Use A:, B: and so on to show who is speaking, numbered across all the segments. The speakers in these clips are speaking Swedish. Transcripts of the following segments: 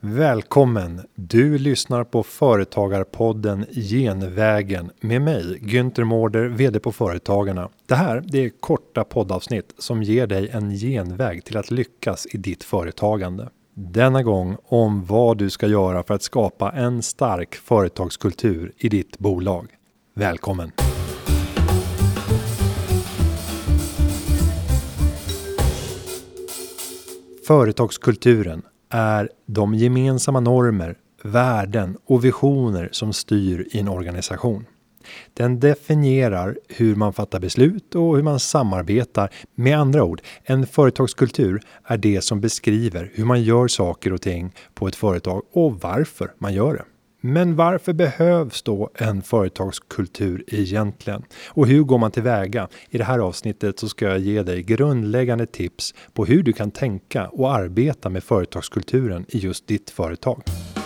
A: Välkommen! Du lyssnar på Företagarpodden Genvägen med mig, Günther Mårder, vd på Företagarna. Det här är korta poddavsnitt som ger dig en genväg till att lyckas i ditt företagande. Denna gång om vad du ska göra för att skapa en stark företagskultur i ditt bolag. Välkommen! Företagskulturen är de gemensamma normer, värden och visioner som styr i en organisation. Den definierar hur man fattar beslut och hur man samarbetar. Med andra ord, en företagskultur är det som beskriver hur man gör saker och ting på ett företag och varför man gör det. Men varför behövs då en företagskultur egentligen? Och hur går man tillväga? I det här avsnittet så ska jag ge dig grundläggande tips på hur du kan tänka och arbeta med företagskulturen i just ditt företag.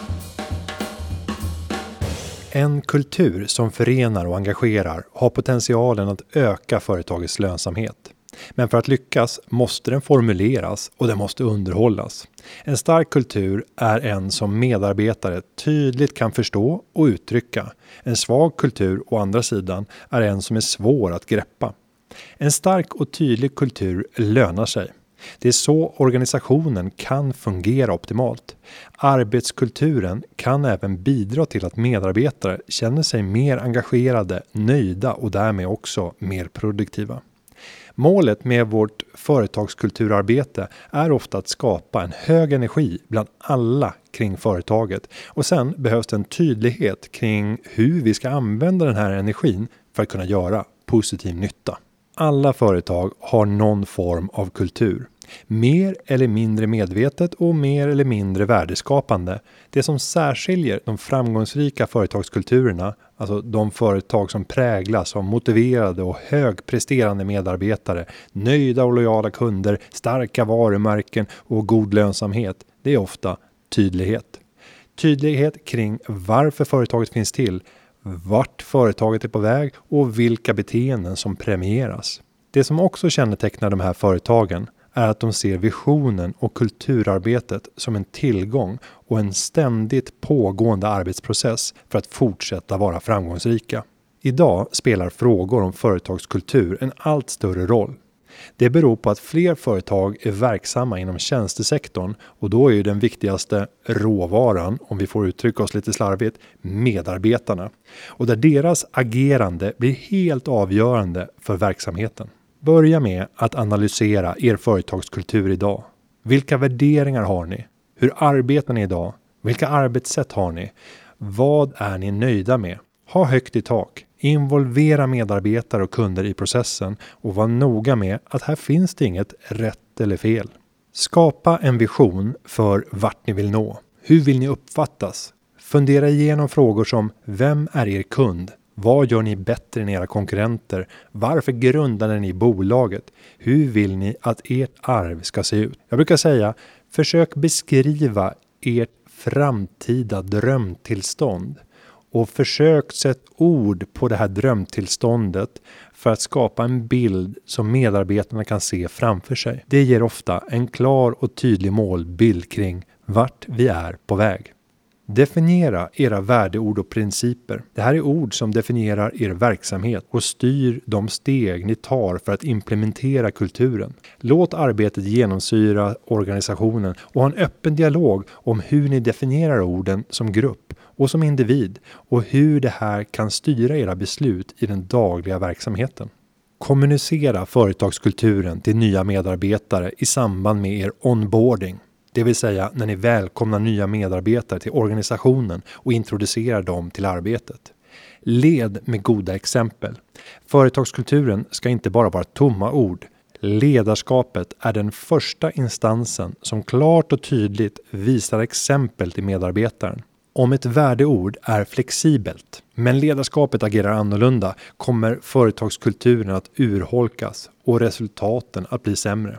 A: En kultur som förenar och engagerar har potentialen att öka företagets lönsamhet. Men för att lyckas måste den formuleras och den måste underhållas. En stark kultur är en som medarbetare tydligt kan förstå och uttrycka. En svag kultur å andra sidan är en som är svår att greppa. En stark och tydlig kultur lönar sig. Det är så organisationen kan fungera optimalt. Arbetskulturen kan även bidra till att medarbetare känner sig mer engagerade, nöjda och därmed också mer produktiva. Målet med vårt företagskulturarbete är ofta att skapa en hög energi bland alla kring företaget. Och sen behövs det en tydlighet kring hur vi ska använda den här energin för att kunna göra positiv nytta. Alla företag har någon form av kultur. Mer eller mindre medvetet och mer eller mindre värdeskapande. Det som särskiljer de framgångsrika företagskulturerna, alltså de företag som präglas av motiverade och högpresterande medarbetare, nöjda och lojala kunder, starka varumärken och god lönsamhet, det är ofta tydlighet. Tydlighet kring varför företaget finns till, vart företaget är på väg och vilka beteenden som premieras. Det som också kännetecknar de här företagen är att de ser visionen och kulturarbetet som en tillgång och en ständigt pågående arbetsprocess för att fortsätta vara framgångsrika. Idag spelar frågor om företagskultur en allt större roll. Det beror på att fler företag är verksamma inom tjänstesektorn och då är ju den viktigaste råvaran, om vi får uttrycka oss lite slarvigt, medarbetarna. Och där deras agerande blir helt avgörande för verksamheten. Börja med att analysera er företagskultur idag. Vilka värderingar har ni? Hur arbetar ni idag? Vilka arbetssätt har ni? Vad är ni nöjda med? Ha högt i tak. Involvera medarbetare och kunder i processen och var noga med att här finns det inget rätt eller fel. Skapa en vision för vart ni vill nå. Hur vill ni uppfattas? Fundera igenom frågor som: vem är er kund? Vad gör ni bättre än era konkurrenter? Varför grundade ni bolaget? Hur vill ni att ert arv ska se ut? Jag brukar säga, försök beskriva ert framtida drömtillstånd. Och försök sätta ord på det här drömtillståndet för att skapa en bild som medarbetarna kan se framför sig. Det ger ofta en klar och tydlig målbild kring vart vi är på väg. Definiera era värdeord och principer. Det här är ord som definierar er verksamhet och styr de steg ni tar för att implementera kulturen. Låt arbetet genomsyra organisationen och ha en öppen dialog om hur ni definierar orden som grupp och som individ och hur det här kan styra era beslut i den dagliga verksamheten. Kommunicera företagskulturen till nya medarbetare i samband med er onboarding. Det vill säga när ni välkomnar nya medarbetare till organisationen och introducerar dem till arbetet. Led med goda exempel. Företagskulturen ska inte bara vara tomma ord. Ledarskapet är den första instansen som klart och tydligt visar exempel till medarbetaren. Om ett värdeord är flexibelt, men ledarskapet agerar annorlunda, kommer företagskulturen att urholkas och resultaten att bli sämre.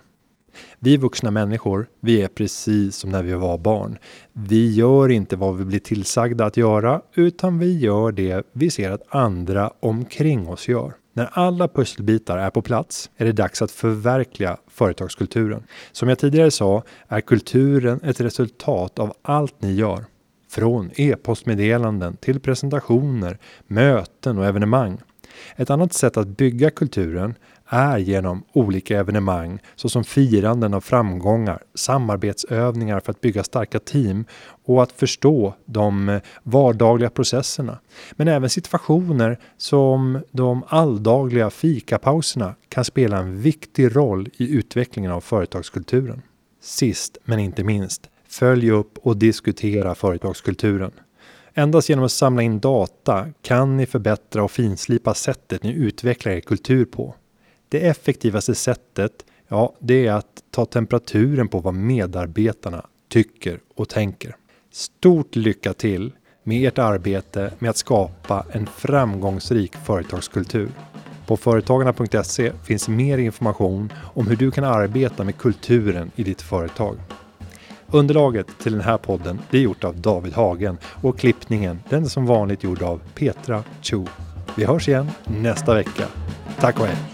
A: Vi vuxna människor, vi är precis som när vi var barn. Vi gör inte vad vi blir tillsagda att göra, utan vi gör det vi ser att andra omkring oss gör. När alla pusselbitar är på plats är det dags att förverkliga företagskulturen. Som jag tidigare sa är kulturen ett resultat av allt ni gör. Från e-postmeddelanden till presentationer, möten och evenemang. Ett annat sätt att bygga kulturen är genom olika evenemang såsom firanden av framgångar, samarbetsövningar för att bygga starka team och att förstå de vardagliga processerna. Men även situationer som de alldagliga fikapauserna kan spela en viktig roll i utvecklingen av företagskulturen. Sist men inte minst, följ upp och diskutera företagskulturen. Endast genom att samla in data kan ni förbättra och finslipa sättet ni utvecklar er kultur på. Det effektivaste sättet, det är att ta temperaturen på vad medarbetarna tycker och tänker. Stort lycka till med ert arbete med att skapa en framgångsrik företagskultur. På företagarna.se finns mer information om hur du kan arbeta med kulturen i ditt företag. Underlaget till den här podden är gjort av David Hagen och klippningen den är som vanligt gjord av Petra Cho. Vi hörs igen nästa vecka. Tack och hej!